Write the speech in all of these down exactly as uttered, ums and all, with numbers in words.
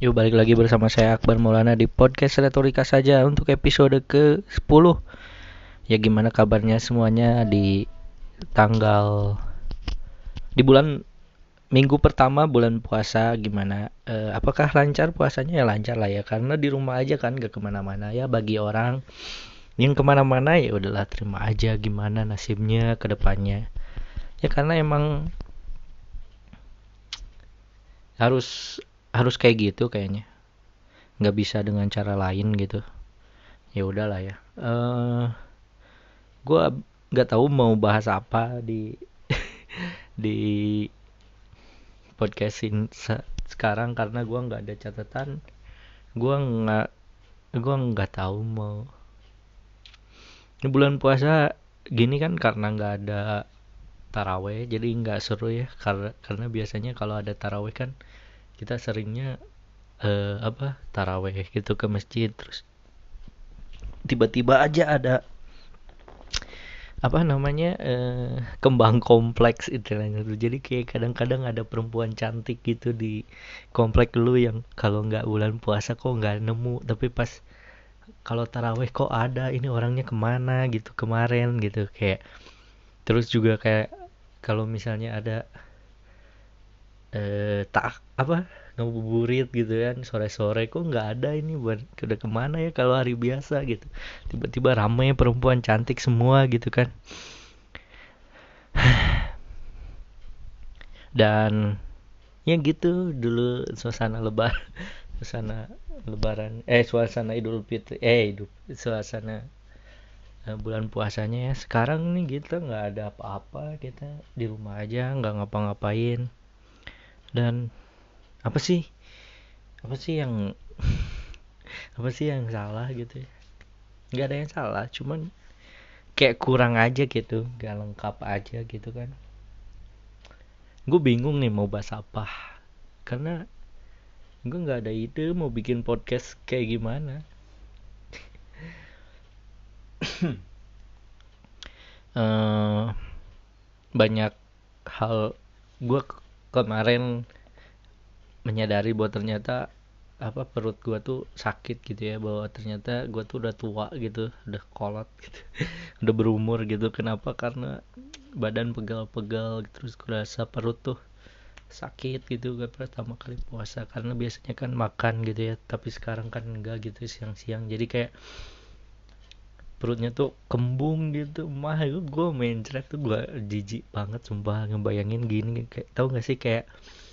Yuk balik lagi bersama saya Akbar Maulana di podcast Retorika saja untuk episode ke sepuluh. Ya gimana kabarnya semuanya di tanggal di bulan minggu pertama bulan puasa gimana? Eh, apakah lancar puasanya? Ya lancar lah ya karena di rumah aja kan gak kemana-mana ya. Bagi orang yang kemana-mana ya udahlah terima aja gimana nasibnya ke depannya. Ya karena emang harus harus kayak gitu kayaknya. Nggak bisa dengan cara lain gitu. Ya udahlah ya. Eh gue nggak tahu mau bahas apa di di podcastin se- sekarang karena gue nggak ada catatan. Gue nggak gue nggak tahu mau. Ini bulan puasa gini kan karena nggak ada taraweh jadi nggak seru ya karena karena biasanya kalau ada taraweh kan kita seringnya eh, apa taraweh gitu ke masjid terus tiba-tiba aja ada apa namanya eh, kembang kompleks istilahnya tuh jadi kayak kadang-kadang ada perempuan cantik gitu di komplek lu yang kalau nggak bulan puasa kok nggak nemu tapi pas kalau taraweh kok ada ini orangnya kemana gitu kemarin gitu kayak terus juga kayak kalau misalnya ada eh, tak apa ngabuburit gitu kan sore-sore kok nggak ada ini buat udah kemana ya kalau hari biasa gitu tiba-tiba ramai perempuan cantik semua gitu kan dan ya gitu dulu suasana lebar suasana lebaran eh suasana idul fitri eh hidup suasana eh, bulan puasanya ya sekarang nih kita nggak ada apa-apa kita di rumah aja nggak ngapa-ngapain dan apa sih apa sih yang apa sih yang salah gitu ya nggak ada yang salah cuman kayak kurang aja gitu nggak lengkap aja gitu kan gue bingung nih mau bahas apa karena gue nggak ada ide mau bikin podcast kayak gimana. Eh, banyak hal gue kemarin menyadari bahwa ternyata apa perut gue tuh sakit gitu ya bahwa ternyata gue tuh udah tua gitu udah kolot gitu udah berumur gitu kenapa karena badan pegal-pegal gitu. Terus gue rasa perut tuh sakit gitu gue pertama kali puasa karena biasanya kan makan gitu ya tapi sekarang kan enggak gitu siang-siang jadi kayak perutnya tuh kembung gitu mah gue main cerita tuh gue jijik banget sumpah ngebayangin gini kayak tahu gak sih kayak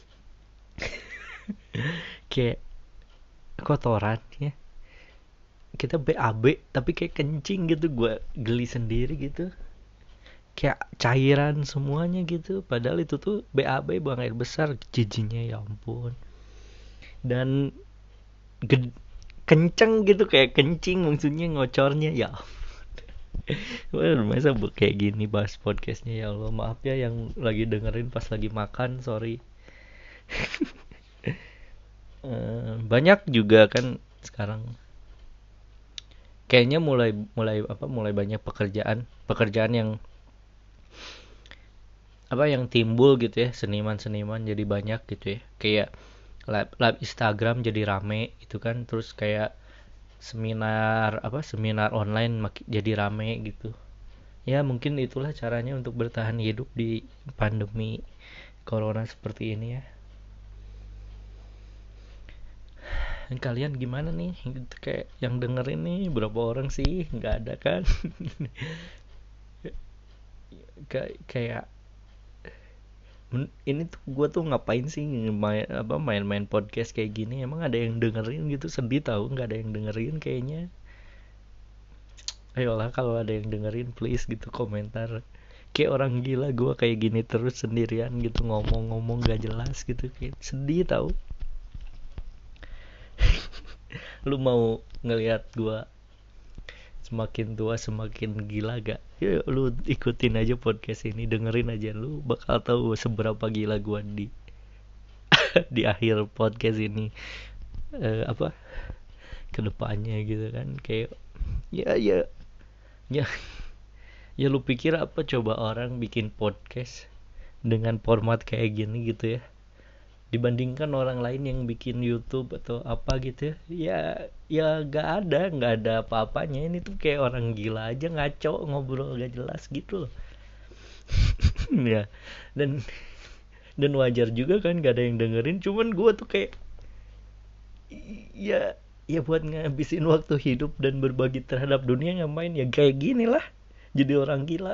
kayak kotoran ya kita B A B tapi kayak kencing gitu gue geli sendiri gitu kayak cairan semuanya gitu padahal itu tuh B A B buang air besar jijinya ya ampun dan ged- kenceng gitu kayak kencing maksudnya ngocornya ya. Wah, masa bu- kayak gini bahas podcastnya ya Allah maaf ya yang lagi dengerin pas lagi makan sorry. Eh, banyak juga kan sekarang kayaknya mulai mulai apa mulai banyak pekerjaan pekerjaan yang apa yang timbul gitu ya seniman-seniman jadi banyak gitu ya kayak live, live Instagram jadi rame gitu kan terus kayak seminar apa seminar online makin jadi rame gitu ya mungkin itulah caranya untuk bertahan hidup di pandemi corona seperti ini ya. Dan kalian gimana nih gitu, kayak yang dengerin nih berapa orang sih nggak ada kan. kayak kayak ini tuh gue tuh ngapain sih main apa main-main podcast kayak gini emang ada yang dengerin gitu sedih tahu nggak ada yang dengerin kayaknya ayolah kalau ada yang dengerin please gitu komentar kayak orang gila gue kayak gini terus sendirian gitu ngomong-ngomong gak jelas gitu kayak sedih tahu lu mau ngelihat gue semakin tua semakin gila gak ya lu ikutin aja podcast ini dengerin aja lu bakal tahu seberapa gila gue di di akhir podcast ini eh, apa kedepannya gitu kan kayak ya ya ya ya lu pikir apa coba orang bikin podcast dengan format kayak gini gitu ya dibandingkan orang lain yang bikin YouTube atau apa gitu ya, ya ya nggak ada nggak ada apa-apanya. Ini tuh kayak orang gila aja ngaco ngobrol gak jelas gitu loh. Ya, dan dan wajar juga kan gak ada yang dengerin, cuman gue tuh kayak ya ya buat ngabisin waktu hidup dan berbagi terhadap dunia ngapain ya kayak gini lah, jadi orang gila.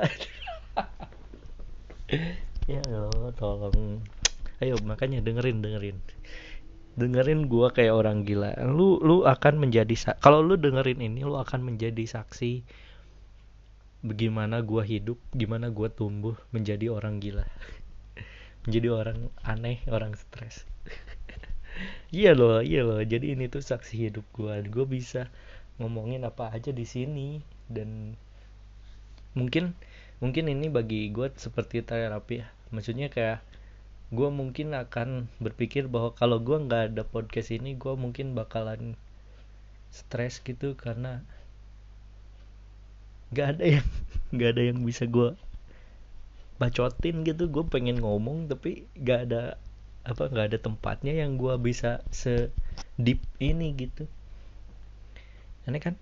Ya Allah tolong, ayo makanya dengerin dengerin dengerin gua kayak orang gila. Lu lu akan menjadi kalau lu dengerin ini lu akan menjadi saksi bagaimana gua hidup, gimana gua tumbuh menjadi orang gila, menjadi orang aneh, orang stres. Iya loh, iya loh. Jadi ini tuh saksi hidup gua. Gua bisa ngomongin apa aja di sini, dan mungkin mungkin ini bagi gua seperti terapi ya. Maksudnya kayak gue mungkin akan berpikir bahwa kalau gue nggak ada podcast ini gue mungkin bakalan stres gitu, karena nggak ada yang nggak ada yang bisa gue bacotin gitu. Gue pengen ngomong tapi nggak ada apa nggak ada tempatnya yang gue bisa se deep ini gitu. Aneh kan?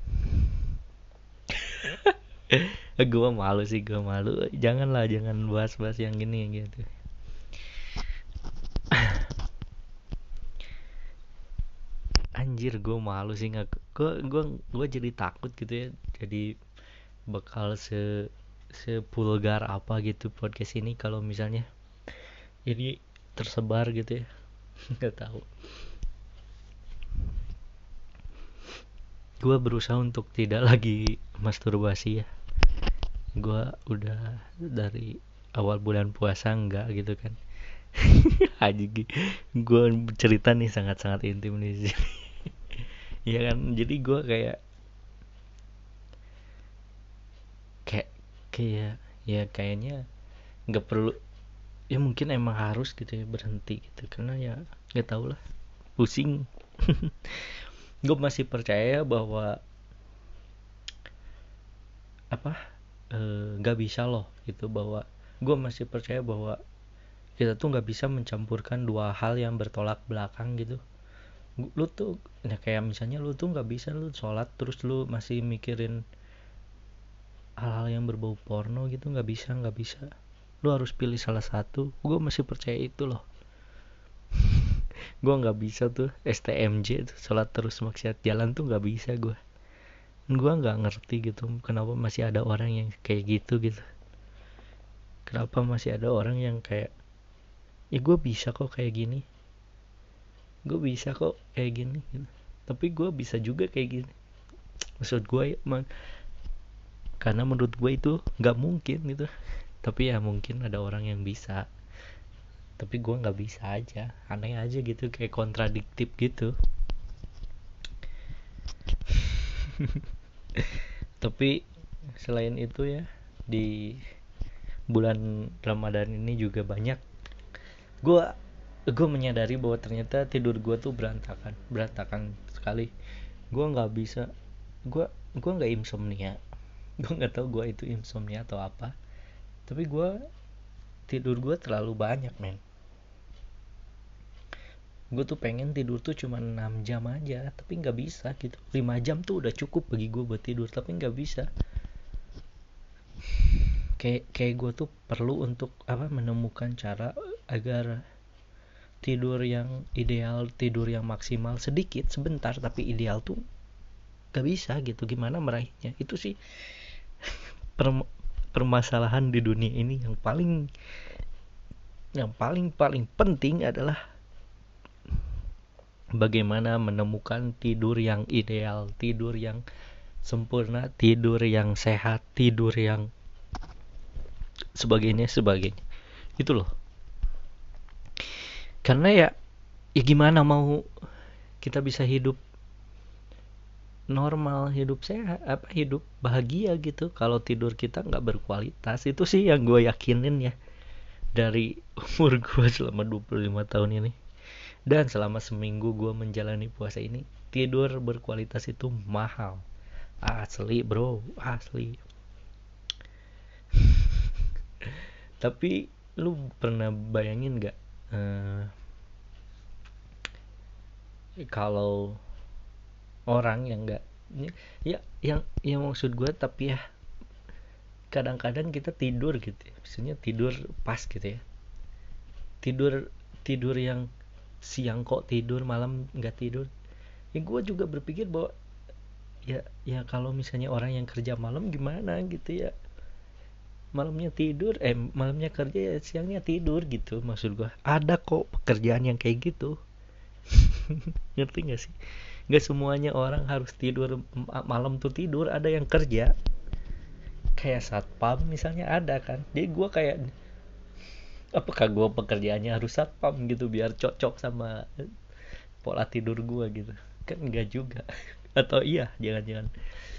Gue malu sih, gue malu. Janganlah, jangan bahas-bahas yang gini gitu. Anjir, gue malu sih, nggak gue gue gue jadi takut gitu ya, jadi bakal se sepulgar apa gitu podcast ini kalau misalnya ini tersebar gitu ya. Nggak tahu, gue berusaha untuk tidak lagi masturbasi ya. Gue udah dari awal bulan puasa enggak gitu kan. Aja gue cerita nih sangat-sangat intim di sini. Ya kan, jadi gue kayak kayak kayak ya kayaknya nggak perlu, ya mungkin emang harus gitu ya berhenti gitu, karena ya nggak tau lah, pusing. Gue masih percaya bahwa apa nggak e, bisa loh gitu, bahwa gue masih percaya bahwa kita tuh nggak bisa mencampurkan dua hal yang bertolak belakang gitu. Lu tuh ya kayak misalnya lu tuh nggak bisa lu sholat terus lu masih mikirin hal-hal yang berbau porno gitu, nggak bisa nggak bisa lu harus pilih salah satu. Gue masih percaya itu loh. Gue nggak bisa tuh S T M J tuh, sholat terus maksiat jalan tuh nggak bisa. gue gue nggak ngerti gitu kenapa masih ada orang yang kayak gitu gitu. Kenapa masih ada orang yang kayak ya gue bisa kok kayak gini, gue bisa kok kayak gini gitu. Tapi gue bisa juga kayak gini. Maksud gue ya, karena menurut gue itu nggak mungkin gitu. Tapi ya mungkin ada orang yang bisa, tapi gue nggak bisa aja. Aneh aja gitu, kayak kontradiktif gitu. Tapi selain itu ya, di bulan Ramadan ini juga banyak gue gue menyadari bahwa ternyata tidur gue tuh berantakan berantakan sekali. Gue nggak bisa, gue gue nggak insomnia. Gue nggak tahu gue itu insomnia atau apa, tapi gue tidur gue terlalu banyak men. Gue tuh pengen tidur tuh cuma enam jam aja, tapi nggak bisa gitu. Lima jam tuh udah cukup bagi gue buat tidur, tapi nggak bisa. Kayak kayak gue tuh perlu untuk apa menemukan cara agar tidur yang ideal, tidur yang maksimal, sedikit sebentar tapi ideal tuh gak bisa gitu. Gimana meraihnya? Itu sih per- permasalahan di dunia ini. Yang paling yang paling paling penting adalah bagaimana menemukan tidur yang ideal, tidur yang sempurna, tidur yang sehat, tidur yang sebagainya sebagainya. Itu loh. Karena ya ya gimana mau kita bisa hidup normal, hidup sehat, apa hidup bahagia gitu kalau tidur kita nggak berkualitas. Itu sih yang gue yakinin ya dari umur gue selama dua puluh lima tahun ini, dan selama seminggu gue menjalani puasa ini. Tidur berkualitas itu mahal, asli bro, asli. Tapi lu pernah bayangin nggak uh, kalau orang yang nggak, ya yang yang maksud gue, tapi ya kadang-kadang kita tidur gitu ya, maksudnya tidur pas gitu ya, tidur tidur yang siang kok tidur, malam nggak tidur. Ya gue juga berpikir bahwa ya ya kalau misalnya orang yang kerja malam gimana gitu ya, malamnya tidur, eh malamnya kerja ya siangnya tidur gitu. Maksud gue ada kok pekerjaan yang kayak gitu. Ngerti gak sih? Nggak semuanya orang harus tidur malam tuh tidur, ada yang kerja kayak satpam misalnya, ada kan. Jadi gue kayak, apakah gue pekerjaannya harus satpam gitu biar cocok sama pola tidur gue gitu? Kan enggak juga. Atau iya, jangan-jangan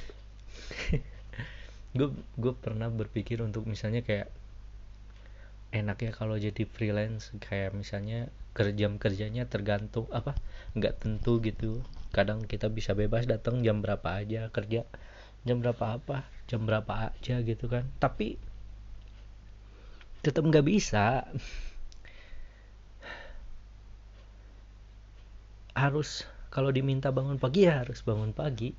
gue gue pernah berpikir untuk misalnya kayak enak ya kalau jadi freelance, kayak misalnya kerjam kerjanya tergantung apa, nggak tentu gitu. Kadang kita bisa bebas datang jam berapa aja, kerja jam berapa apa jam berapa aja gitu kan. Tapi tetap nggak bisa, harus kalau diminta bangun pagi ya harus bangun pagi.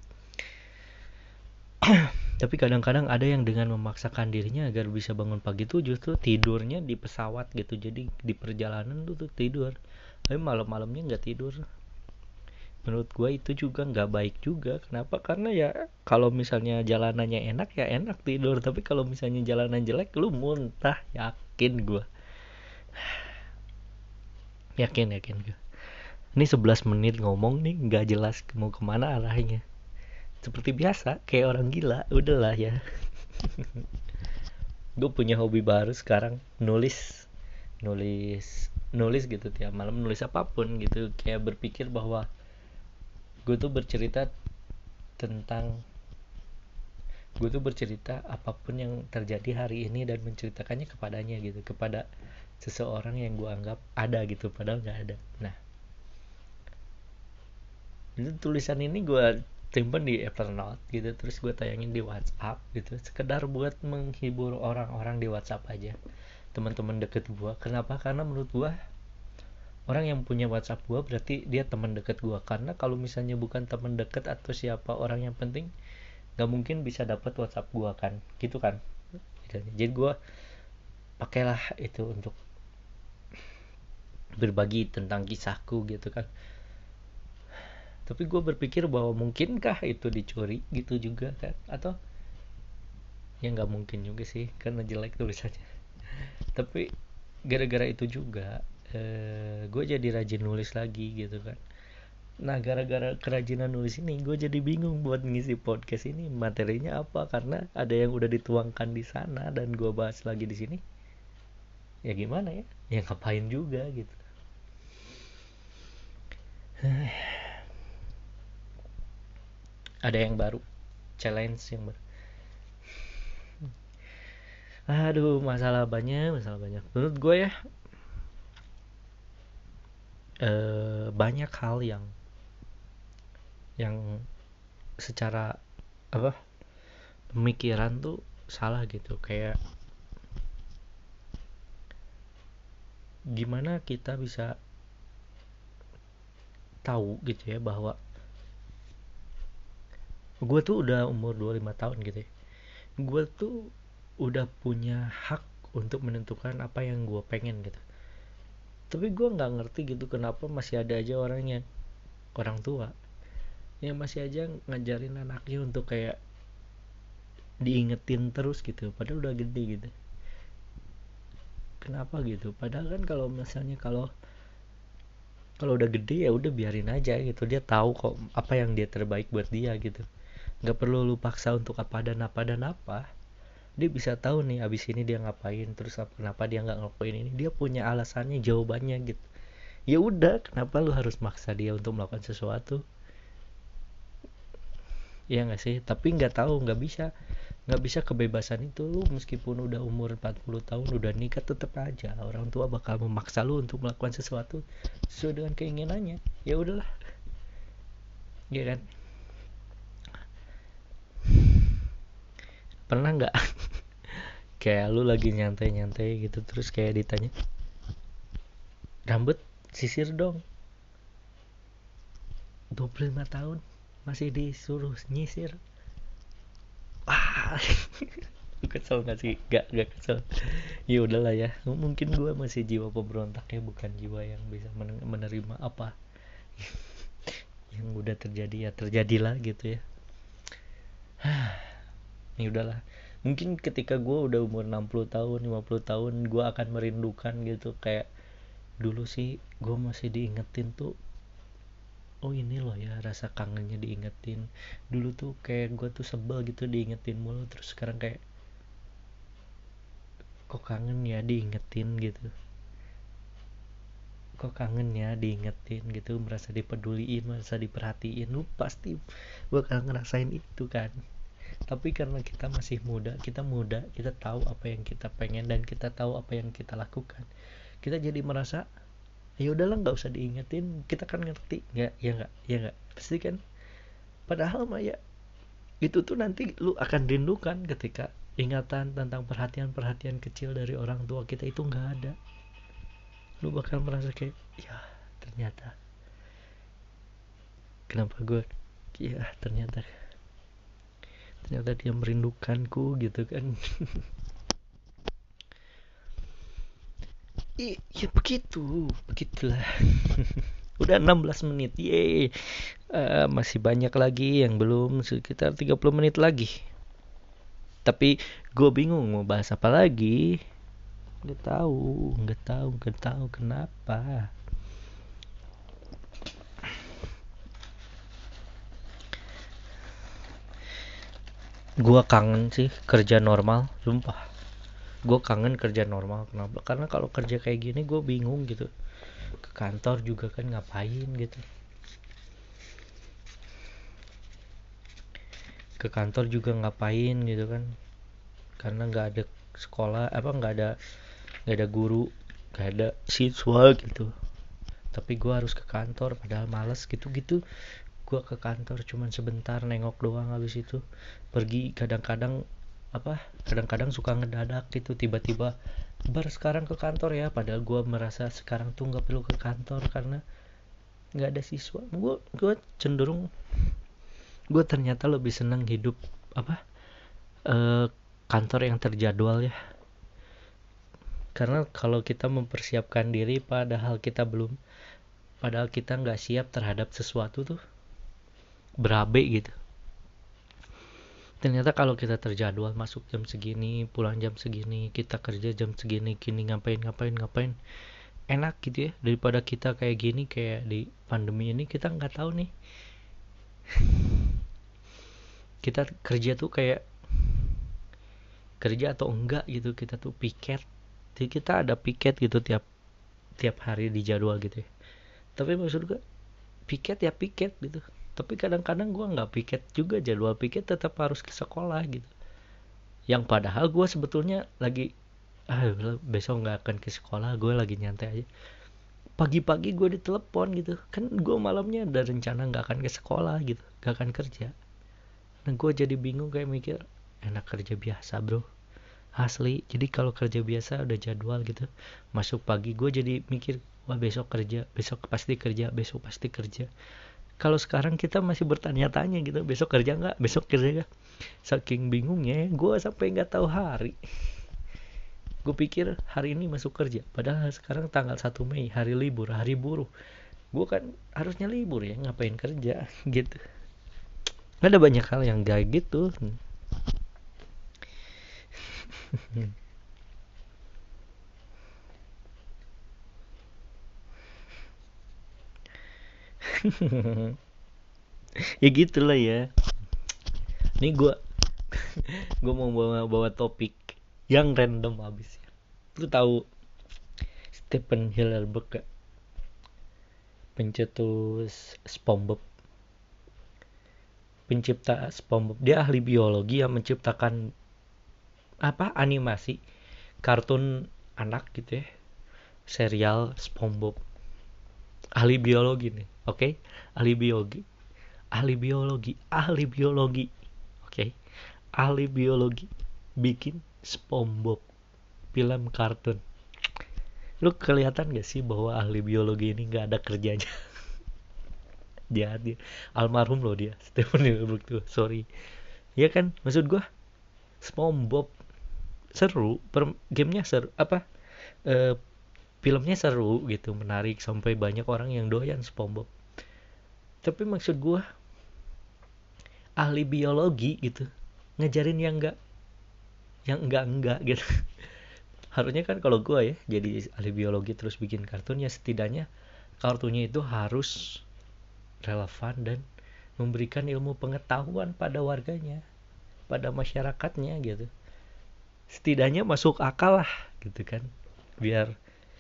Tapi kadang-kadang ada yang dengan memaksakan dirinya agar bisa bangun pagi tuh justru tidurnya di pesawat gitu, jadi di perjalanan tuh, tuh tidur, tapi malam-malamnya nggak tidur. Menurut gue itu juga nggak baik juga. Kenapa? Karena ya kalau misalnya jalanannya enak ya enak tidur, tapi kalau misalnya jalanan jelek lu muntah, yakin gue, yakin yakin gue. Ini sebelas menit ngomong nih nggak jelas mau kemana arahnya, seperti biasa kayak orang gila. Udahlah ya. Gue punya hobi baru sekarang, nulis nulis nulis gitu tiap malam, nulis apapun gitu, kayak berpikir bahwa gue tuh bercerita tentang gue tuh bercerita apapun yang terjadi hari ini dan menceritakannya kepadanya gitu, kepada seseorang yang gue anggap ada gitu padahal nggak ada. Nah, itu tulisan ini gue simpen di Evernote gitu, terus gue tayangin di WhatsApp gitu, sekedar buat menghibur orang-orang di WhatsApp aja, teman-teman deket gue. Kenapa? Karena menurut gue orang yang punya WhatsApp gue berarti dia teman deket gue. Karena kalau misalnya bukan teman deket atau siapa orang yang penting, nggak mungkin bisa dapat WhatsApp gue kan, gitu kan. Jadi gue pakailah itu untuk berbagi tentang kisahku gitu kan. Tapi gue berpikir bahwa mungkinkah itu dicuri gitu juga kan, atau ya nggak mungkin juga sih karena jelek tulisannya. Tapi gara-gara itu juga eh, gue jadi rajin nulis lagi gitu kan. Nah, gara-gara kerajinan nulis ini gue jadi bingung buat ngisi podcast ini materinya apa, karena ada yang udah dituangkan di sana dan gue bahas lagi di sini. Ya gimana ya? Ya ngapain juga gitu. Ada yang baru, challenge yang baru. Aduh, masalah banyak, masalah banyak. Menurut gue ya, eh, banyak hal yang yang secara apa pemikiran tuh salah gitu. Kayak gimana kita bisa tahu gitu ya bahwa gue tuh udah umur dua puluh lima tahun gitu ya, gue tuh udah punya hak untuk menentukan apa yang gue pengen gitu. Tapi gue nggak ngerti gitu kenapa masih ada aja orangnya, orang tua yang masih aja ngajarin anaknya untuk kayak diingetin terus gitu padahal udah gede gitu. Kenapa gitu? Padahal kan kalau misalnya kalau kalau udah gede ya udah biarin aja gitu, dia tahu kok apa yang dia terbaik buat dia gitu. Nggak perlu lu paksa untuk apa dan apa dan apa. Dia bisa tahu nih abis ini dia ngapain, terus kenapa dia nggak ngelakuin ini, dia punya alasannya, jawabannya gitu. Ya udah, kenapa lu harus maksa dia untuk melakukan sesuatu? Ya nggak sih? Tapi nggak tahu, nggak bisa nggak bisa kebebasan itu. Lu meskipun udah umur empat puluh tahun udah nikah, tetap aja orang tua bakal memaksa lu untuk melakukan sesuatu sesuai dengan keinginannya. Ya udahlah, ya kan. Pernah nggak kayak lu lagi nyantai-nyantai gitu terus kayak ditanya, rambut sisir dong, dua puluh lima tahun masih disuruh nyisir. Wah. Lu kesel gak sih? Gak, gak kesel. Ya udahlah ya, mungkin gue masih jiwa pemberontaknya, bukan jiwa yang bisa menerima apa yang udah terjadi. Ya terjadilah gitu ya. Ya udahlah, mungkin ketika gue udah umur enam puluh tahun, lima puluh tahun, gue akan merindukan gitu. Kayak dulu sih gue masih diingetin tuh, oh ini loh ya rasa kangennya diingetin. Dulu tuh kayak gue tuh sebel gitu diingetin mulu. Terus sekarang kayak kok kangen ya diingetin gitu, kok kangen ya diingetin gitu, merasa dipeduliin, merasa diperhatiin. Lu pasti bakal ngerasain itu kan. Tapi karena kita masih muda, kita muda, kita tahu apa yang kita pengen dan kita tahu apa yang kita lakukan, kita jadi merasa ya udahlah nggak usah diingetin, kita kan ngerti. Nggak, ya nggak, ya nggak, pasti kan. Padahal mah ya itu tuh nanti lu akan rindukan ketika ingatan tentang perhatian-perhatian kecil dari orang tua kita itu nggak ada. Lu bakal merasa kayak ya ternyata kenapa gue, ya ternyata ternyata dia merindukanku gitu kan. I, ya begitu, begitulah. Udah enam belas menit, yeay. Uh, masih banyak lagi yang belum, sekitar tiga puluh menit lagi. Tapi gue bingung mau bahas apa lagi. Gak tahu, gak tahu, gak tahu kenapa. Gue kangen sih kerja normal, sumpah. Gue kangen kerja normal. Kenapa? Karena kalau kerja kayak gini gue bingung gitu. Ke kantor juga kan ngapain gitu. Ke kantor juga ngapain gitu kan. Karena nggak ada sekolah, apa nggak ada nggak ada guru, nggak ada siswa gitu. Tapi gue harus ke kantor, padahal males gitu-gitu. Gue ke kantor cuman sebentar, nengok doang, habis itu pergi. Kadang-kadang apa kadang-kadang suka ngedadak gitu, tiba-tiba bar sekarang ke kantor ya, padahal gue merasa sekarang tuh nggak perlu ke kantor karena nggak ada siswa. gue gue cenderung gue ternyata lebih senang hidup apa eh, kantor yang terjadwal ya. Karena kalau kita mempersiapkan diri padahal kita belum, padahal kita nggak siap terhadap sesuatu tuh berabe gitu. Ternyata kalau kita terjadwal, masuk jam segini, pulang jam segini, kita kerja jam segini, kini ngapain ngapain ngapain, enak gitu ya. Daripada kita kayak gini, kayak di pandemi ini kita nggak tahu nih. Kita kerja tuh kayak kerja atau enggak gitu, kita tuh piket. Jadi kita ada piket gitu tiap tiap hari di jadwal gitu ya. Tapi maksud gue piket ya piket gitu. Tapi kadang-kadang gue nggak piket juga, jadwal piket tetap harus ke sekolah gitu. Yang padahal gue sebetulnya lagi ah besok nggak akan ke sekolah, gue lagi nyantai aja. Pagi-pagi gue ditelepon gitu kan, gue malamnya ada rencana nggak akan ke sekolah gitu, nggak akan kerja. Dan gue jadi bingung, kayak mikir enak kerja biasa bro, asli. Jadi kalau kerja biasa udah jadwal gitu, masuk pagi, gue jadi mikir wah besok kerja, besok pasti kerja, besok pasti kerja. Kalau sekarang kita masih bertanya-tanya gitu, besok kerja nggak, besok kerja nggak. Saking bingungnya gue sampai nggak tahu hari. Gue pikir hari ini masuk kerja, padahal sekarang tanggal satu Mei, hari libur, hari buruh. Gue kan harusnya libur ya, ngapain kerja gitu. Ada banyak hal yang gak gitu. Ya gitulah ya. Ini gue gue mau bawa bawa topik yang random abis ya. Lu tahu Stephen Hillenburg gak? Pencetus SpongeBob, pencipta SpongeBob. Dia ahli biologi yang menciptakan apa animasi kartun anak gitu ya, serial SpongeBob. Ahli biologi nih, oke? Okay? Ahli biologi, ahli biologi, ahli biologi, oke? Okay? Ahli biologi bikin SpongeBob, film kartun. Lu kelihatan gak sih bahwa ahli biologi ini gak ada kerjanya? Jahat dia. Almarhum loh dia. Stephen Hillenburg tuh. Sorry. Ya kan? Maksud gua SpongeBob seru, per, gamenya seru, apa? Eh, filmnya seru gitu, menarik sampai banyak orang yang doyan SpongeBob. Tapi maksud gua ahli biologi gitu ngejarin yang enggak yang enggak enggak gitu. Harusnya kan kalau gua ya jadi ahli biologi terus bikin kartun ya setidaknya kartunya itu harus relevan dan memberikan ilmu pengetahuan pada warganya, pada masyarakatnya gitu. Setidaknya masuk akal lah gitu kan. Biar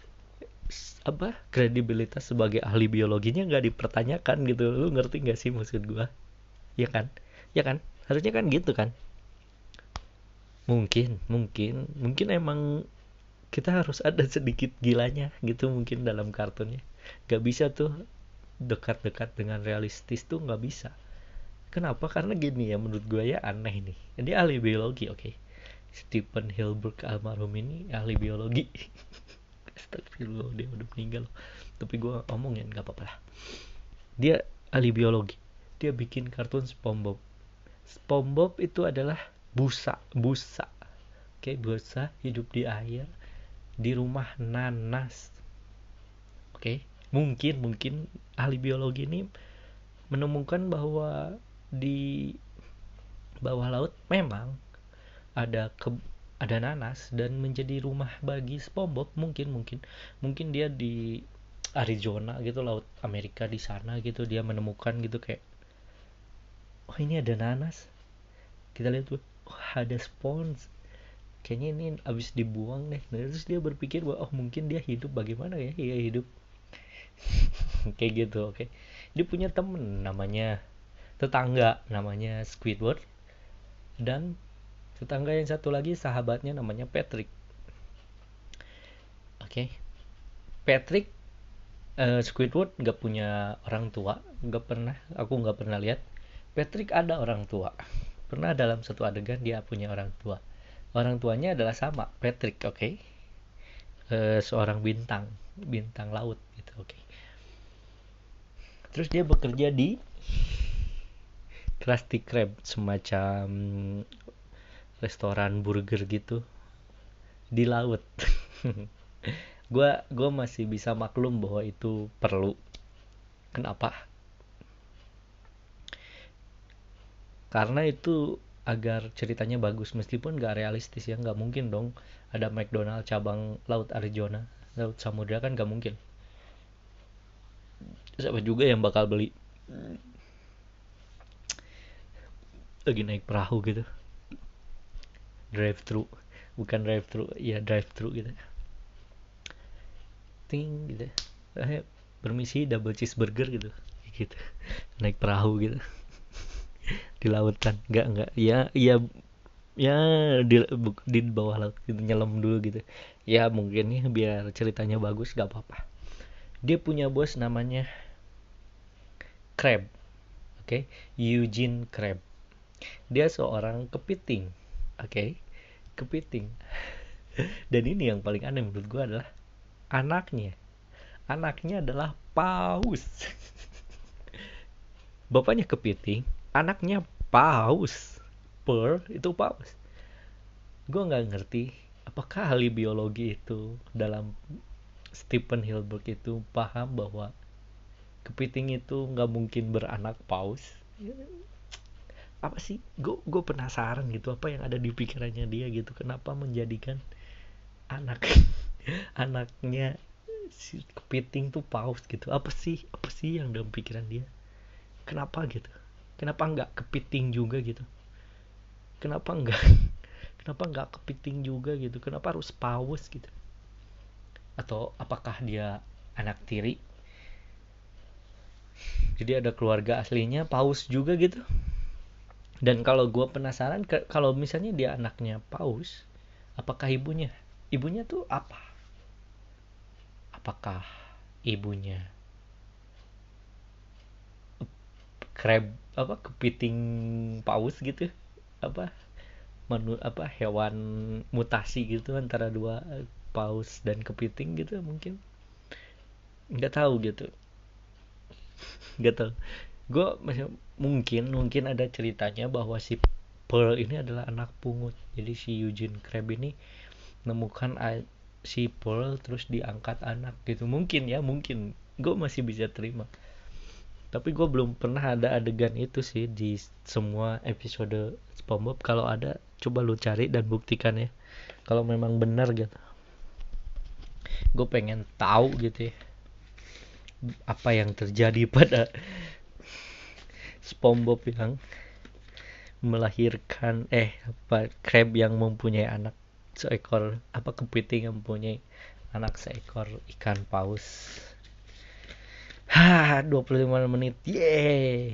apa kredibilitas sebagai ahli biologinya nggak dipertanyakan gitu. Lu ngerti nggak sih maksud gua? Ya kan? Ya kan? Harusnya kan gitu kan? Mungkin, mungkin, mungkin emang kita harus ada sedikit gilanya gitu mungkin dalam kartunnya. Gak bisa tuh dekat-dekat dengan realistis tuh nggak bisa. Kenapa? Karena gini ya menurut gue ya aneh nih. Dia ahli biologi, oke. Okay. Stephen Hillenburg almarhum ini ahli biologi. Astagfirullah dia udah meninggal. Tapi gue omongin nggak apa-apa lah. Dia ahli biologi. Dia bikin kartun SpongeBob. SpongeBob itu adalah busa, busa. Oke, okay, busa hidup di air di rumah nanas. Oke, okay. mungkin mungkin ahli biologi ini menemukan bahwa di bawah laut memang ada ke, ada nanas dan menjadi rumah bagi SpongeBob. Mungkin mungkin mungkin dia di Arizona gitu, laut Amerika di sana gitu, dia menemukan gitu kayak, oh ini ada nanas, kita lihat tuh, oh ada spons, kayaknya ini abis dibuang deh. Nah, terus dia berpikir bahwa oh mungkin dia hidup bagaimana ya, ya hidup kayak gitu. Oke, okay. Dia punya temen namanya tetangga namanya Squidward, dan tetangga yang satu lagi sahabatnya namanya Patrick. Oke, okay. Patrick uh, Squidward nggak punya orang tua, nggak pernah, aku nggak pernah lihat Patrick ada orang tua. Pernah dalam satu adegan dia punya orang tua. Orang tuanya adalah sama Patrick, oke, okay? uh, seorang bintang, bintang laut gitu, oke. Okay. Terus dia bekerja di Krusty Krab, semacam restoran burger gitu di laut. Gue gue masih bisa maklum bahwa itu perlu. Kenapa? Karena itu agar ceritanya bagus, meskipun gak realistis ya, nggak mungkin dong ada McDonald cabang laut Arizona, laut samudra kan nggak mungkin. Siapa juga yang bakal beli? Lagi naik perahu gitu, drive thru, bukan drive thru ya, drive thru gitu, ting gitu, eh, permisi double cheeseburger gitu gitu, naik perahu gitu di lautan, nggak nggak ya ya ya di, di bawah laut gitu, nyelam dulu gitu ya, mungkin nih biar ceritanya bagus, nggak apa-apa. Dia punya bos namanya Crab, oke, okay? Eugene Crab. Dia seorang kepiting, oke, okay? Kepiting. Dan ini yang paling aneh menurut gue adalah anaknya. Anaknya adalah paus. Bapaknya kepiting, anaknya paus. Per itu paus. Gue nggak ngerti apakah ahli biologi itu dalam Stephen Hillenburg itu paham bahwa kepiting itu nggak mungkin beranak paus. Apa sih? Gue gue penasaran gitu apa yang ada di pikirannya dia gitu. Kenapa menjadikan anak anaknya si kepiting tuh paus gitu? Apa sih? Apa sih yang dalam pikiran dia? Kenapa gitu? Kenapa nggak kepiting juga gitu? Kenapa nggak kenapa nggak kepiting juga gitu? Kenapa harus paus gitu? Atau apakah dia anak tiri? Jadi ada keluarga aslinya paus juga gitu. Dan kalau gue penasaran, kalau misalnya dia anaknya paus, apakah ibunya? Ibunya tuh apa? Apakah ibunya crab, apa, kepiting paus gitu? Apa manu, apa hewan mutasi gitu antara dua paus dan kepiting gitu mungkin? Nggak tahu gitu. Gitu. Gue masih mungkin mungkin ada ceritanya bahwa si Pearl ini adalah anak pungut. Jadi si Eugene Krabs ini menemukan si Pearl terus diangkat anak gitu. Mungkin ya, mungkin. Gue masih bisa terima. Tapi gue belum pernah ada adegan itu sih di semua episode SpongeBob. Kalau ada, coba lu cari dan buktikan ya. Kalau memang benar gitu. Gue pengen tahu gitu ya. Apa yang terjadi pada SpongeBob yang melahirkan eh apa Krab yang mempunyai anak seekor, apa kepiting yang mempunyai anak seekor ikan paus. Hah, dua puluh lima menit. Yeay.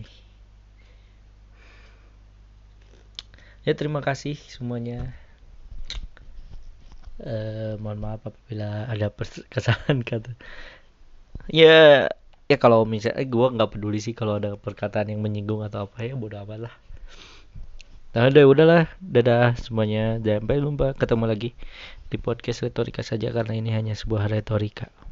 Ya terima kasih semuanya. Eh, mohon maaf apabila ada kesalahan kata. Ya, ya kalau misalnya eh, gue nggak peduli sih kalau ada perkataan yang menyinggung atau apa, ya bodo amat lah. Nah, udah udahlah, dadah semuanya. Sampai jumpa, ketemu lagi di podcast retorika saja karena ini hanya sebuah retorika.